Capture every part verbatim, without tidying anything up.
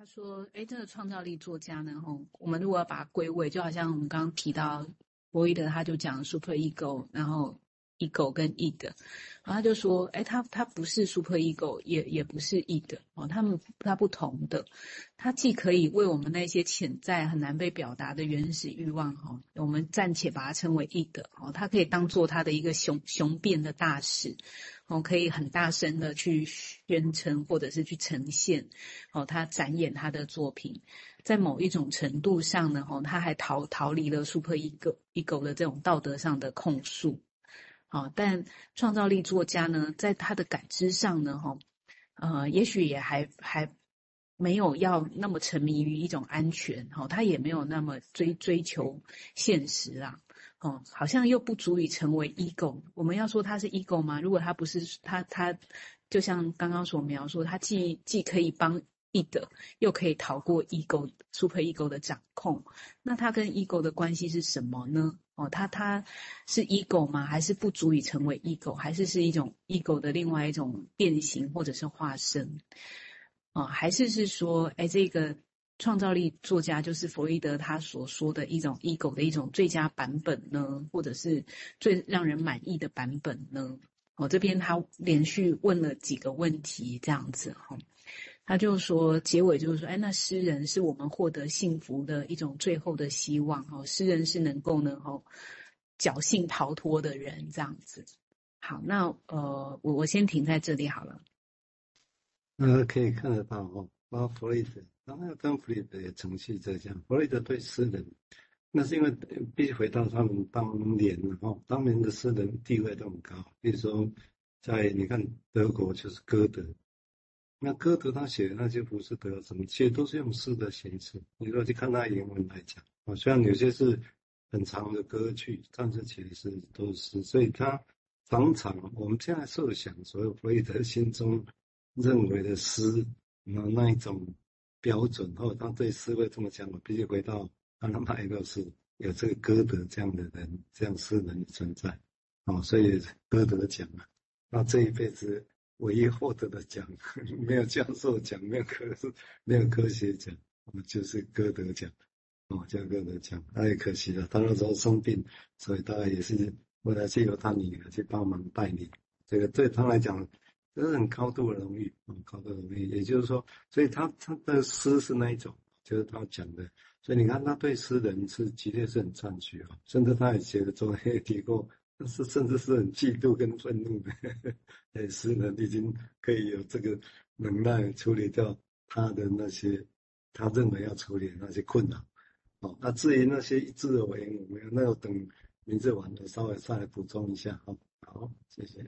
说，哎，这个创造力作家呢，吼，我们如果要把它归位，就好像我们刚刚提到弗洛伊德，他就讲 super ego，然后 ego 跟 id， 然后他就说，哎，他他不是 super ego，也也不是 id， 哦，他们他不同的，他既可以为我们那些潜在很难被表达的原始欲望，哈，我们暂且把它称为 id， 哦，它可以当做他的一个雄雄辩的大使。哦，可以很大声的去宣称，或者是去呈现，哦，他展演他的作品，在某一种程度上呢，哦，他还逃逃离了 super ego ego 的这种道德上的控诉，哦，但创造力作家呢，在他的感知上呢，哈、哦，呃，也许也还还没有要那么沉迷于一种安全，哈、哦，他也没有那么追追求现实啊。哦，好像又不足以成为 ego。我们要说他是 ego 吗？如果他不是，他他就像刚刚所描述，他既既可以帮 id， 又可以逃过 ego super ego 的掌控，那他跟 ego 的关系是什么呢？哦，他他是 ego 吗？还是不足以成为 ego？还是是一种 ego 的另外一种变形或者是化身？哦，还是是说，哎，这个创造力作家就是弗洛伊德他所说的一种 ego 的一种最佳版本呢，或者是最让人满意的版本呢？我、哦、这边他连续问了几个问题，这样子哈、哦，他就说结尾就是说，哎，那诗人是我们获得幸福的一种最后的希望哈、哦，诗人是能够呢哈、哦、侥幸逃脱的人，这样子。好，那呃，我我先停在这里好了。 呃，可以看得到哦，包括弗洛伊德，当然跟弗洛伊德也承续这样。弗洛伊德对诗人，那是因为必须回到他们当年哦，当年的诗人地位都很高。比如说，在你看德国就是歌德，那歌德他写的那些浮士德什么，其实都是用诗的形式。你如果去看他的原文来讲啊，虽然有些是很长的歌曲，但是其实是都是诗，所以他常常我们现在设想，所有弗洛伊德心中认为的诗，那那一种标准，或者他对诗会这么讲，我必须回到安娜麦勒是有这个歌德这样的人，这样诗人的存在，哦，所以歌德讲啊，那这一辈子唯一获得的奖，没有教授奖，没有科没有科学奖，就是歌德奖，哦，叫歌德奖，那也可惜了，他那时候生病，所以大概也是后来是由他女儿去帮忙代理，这个对他来讲。这是很高度的荣誉，嗯，高度的荣誉。也就是说，所以他他的诗是那一种，就是他讲的。所以你看，他对诗人是的确是很赞许啊，甚至他也写的中也提过，但是甚至是很嫉妒跟愤怒的。哎，诗人已经可以有这个能耐处理掉他的那些他认为要处理的那些困扰。哦，那至于那些自我为我们那要等名字完了，稍微再来补充一下。好，好，谢谢。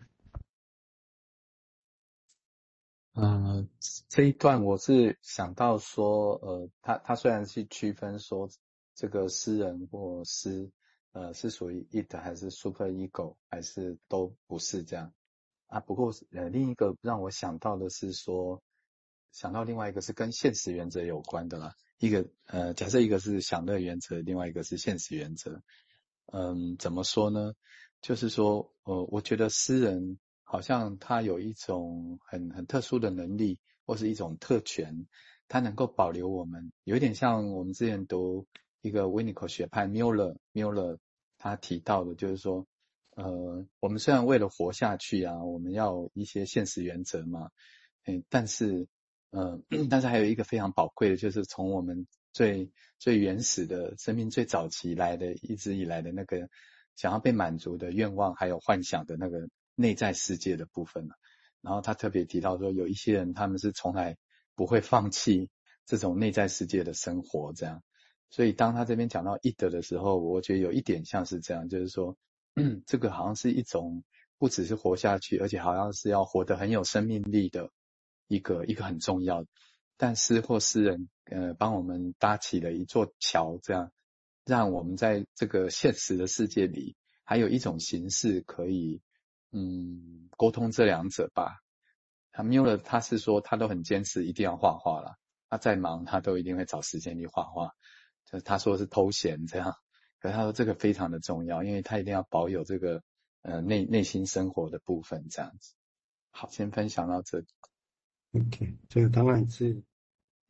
嗯，这一段我是想到说，呃，他他虽然是区分说这个诗人或诗，呃，是属于 id 还是 super ego，还是都不是这样啊。不过，呃，另一个让我想到的是说，想到另外一个是跟现实原则有关的啦。一个呃，假设一个是享乐原则，另外一个是现实原则。嗯，怎么说呢？就是说，呃，我觉得诗人好像他有一种很很特殊的能力，或是一种特权，他能够保留我们，有一点像我们之前读一个维尼口学派 Mueller Mueller 他提到的，就是说，呃，我们虽然为了活下去啊，我们要一些现实原则嘛，嗯，但是，呃，但是还有一个非常宝贵的，就是从我们最最原始的生命最早期来的，一直以来的那个想要被满足的愿望，还有幻想的那个内在世界的部分。然后他特别提到说，有一些人他们是从来不会放弃这种内在世界的生活，这样。所以当他这边讲到id的时候，我觉得有一点像是这样，就是说，嗯，这个好像是一种不只是活下去，而且好像是要活得很有生命力的一个一个很重要的。但诗或诗人，呃，帮我们搭起了一座桥，这样让我们在这个现实的世界里，还有一种形式可以，嗯，沟通这两者吧。他缪勒他是说他都很坚持一定要画画啦，他再忙他都一定会找时间去画画，就是他说是偷闲这样，可是他说这个非常的重要，因为他一定要保有这个呃内内心生活的部分这样子。好，先分享到这里。 OK，这个当然是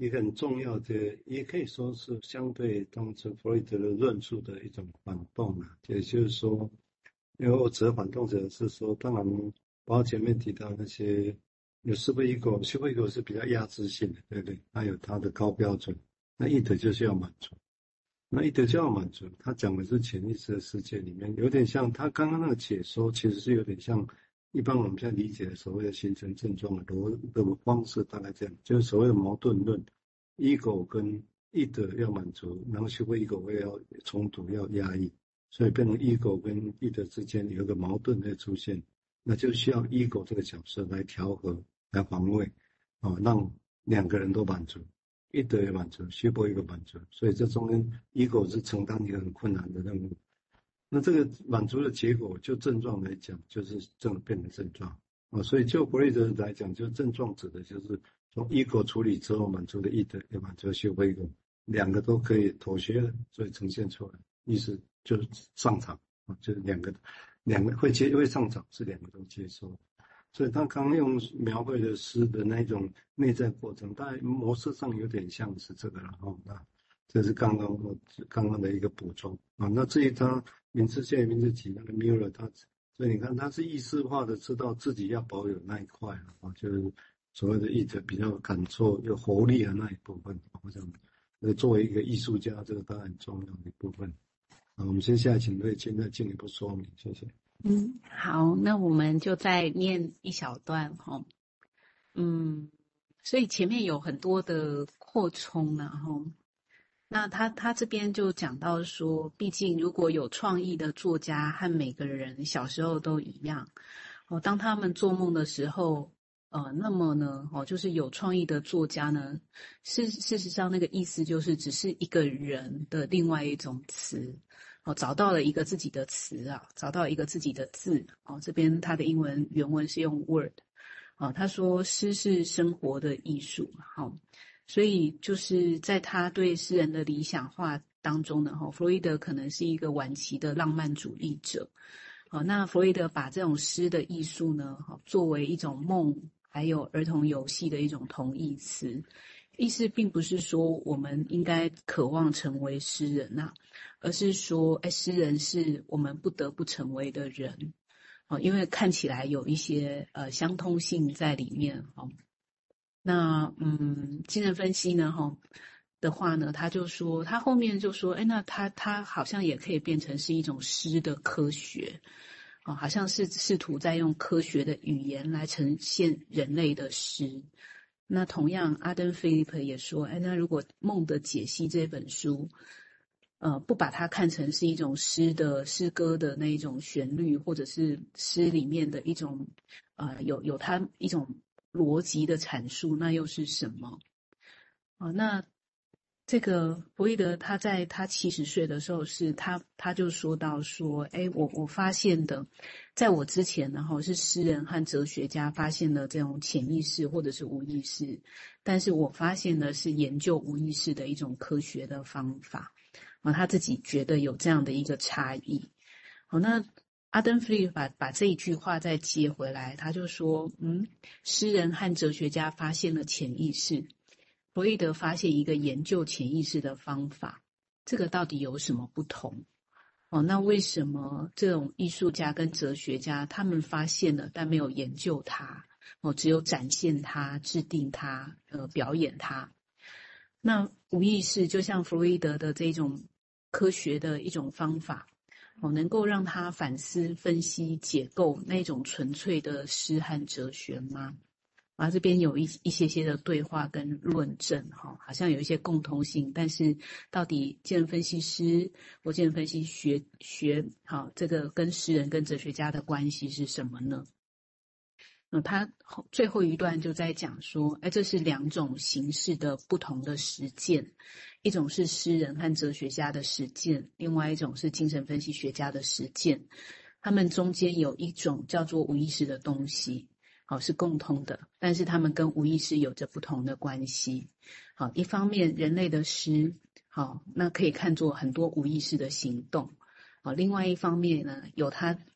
一个很重要的，也可以说是相对当时弗洛伊德的论述的一种反动啊。也就是说，因为我指的反动者是说，当然包括前面提到那些有 super ego，super ego 是比较压制性的，对不对？它有它的高标准，那意德就是要满足。那意德就要满足，他讲的是潜意识的世界里面，有点像他刚刚那个解说，其实是有点像一般我们现在理解的所谓的形成症状的逻的方式，大概这样，就是所谓的矛盾论 ，ego 跟意德要满足，然后super ego 会要冲突，要压抑，所以变成 ego 跟意德之间有一个矛盾会出现，那就需要 ego 这个角色来调和、来防卫，啊，让两个人都满足。意德也满足 ，super 一个满足，所以这中间 ego 是承担一个很困难的任务。那这个满足的结果，就症状来讲，就是症变成症状啊。所以就弗洛伊德来讲，就症状指的就是从 ego 处理之后满足的意德，也满足的 super ego，两个都可以妥协，所以呈现出来，意思就是上场啊，就是两个两个会接会上场，是两个都接受。所以他刚刚用描绘的诗的那种内在过程，大概模式上有点像是这个了哈。那这是刚刚我刚刚的一个补充啊。那至于他名字现在名字起那个 mirror， 他所以你看他是意识化的知道自己要保有那一块啊，就是所谓的意志比较感受有活力的那一部分。我想，呃，作为一个艺术家，这个当然很重要的一部分。啊，我们接下来请瑞金再进一步说明，谢谢。 嗯，好，那我们就再念一小段哈。嗯，所以前面有很多的扩充然后，那他他这边就讲到说，毕竟如果有创意的作家和每个人小时候都一样，哦，当他们做梦的时候，呃，那么呢，哦，就是有创意的作家呢，事事实上那个意思就是只是一个人的另外一种词。哦，找到了一个自己的词啊，找到一个自己的字。哦，这边他的英文原文是用 word。哦，他说诗是生活的艺术。好、哦，所以就是在他对诗人的理想化当中呢，哈、哦，弗洛伊德可能是一个晚期的浪漫主义者。好、哦，那弗洛伊德把这种诗的艺术呢，哈、哦，作为一种梦，还有儿童游戏的一种同义词。意思并不是说我们应该渴望成为诗人呐、啊，而是说，哎，诗人是我们不得不成为的人，哦，因为看起来有一些呃相通性在里面，哦。那嗯，精神分析呢，哈、哦、的话呢，他就说，他后面就说，哎，那他他好像也可以变成是一种诗的科学，哦，好像是试图在用科学的语言来呈现人类的诗。那同样，阿登·菲利普也说，哎，那如果《梦的解析》这本书，呃，不把它看成是一种诗的诗歌的那一种旋律，或者是诗里面的一种，呃，有有它一种逻辑的阐述，那又是什么？啊、呃，那这个弗洛伊德他在他七十岁的时候是他他就说到说，哎，我我发现的，在我之前然后是诗人和哲学家发现了这种潜意识或者是无意识，但是我发现的是研究无意识的一种科学的方法。啊，他自己觉得有这样的一个差异。好，那阿登·弗利把把这一句话再接回来，他就说，嗯，诗人和哲学家发现了潜意识，弗洛伊德发现一个研究潜意识的方法，这个到底有什么不同？哦，那为什么这种艺术家跟哲学家他们发现了，但没有研究它，哦，只有展现它、制定它、呃，表演它？那无意识就像弗洛伊德的这种科学的一种方法，哦，能够让他反思、分析、解构那种纯粹的诗和哲学吗？啊，这边有一一些些的对话跟论证，哈，好像有一些共通性，但是到底精神分析师或精神分析学学，好，这个跟诗人跟哲学家的关系是什么呢？那他最后一段就在讲说，哎，这是两种形式的不同的实践，一种是诗人和哲学家的实践，另外一种是精神分析学家的实践。他们中间有一种叫做无意识的东西，好，是共通的，但是他们跟无意识有着不同的关系。好，一方面人类的诗，好，那可以看作很多无意识的行动。好，另外一方面呢，有它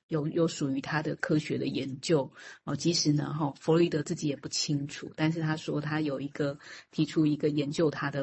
有有属于他的科学的研究哦。即使呢，哈、哦，弗洛伊德自己也不清楚，但是他说他有一个提出一个研究他的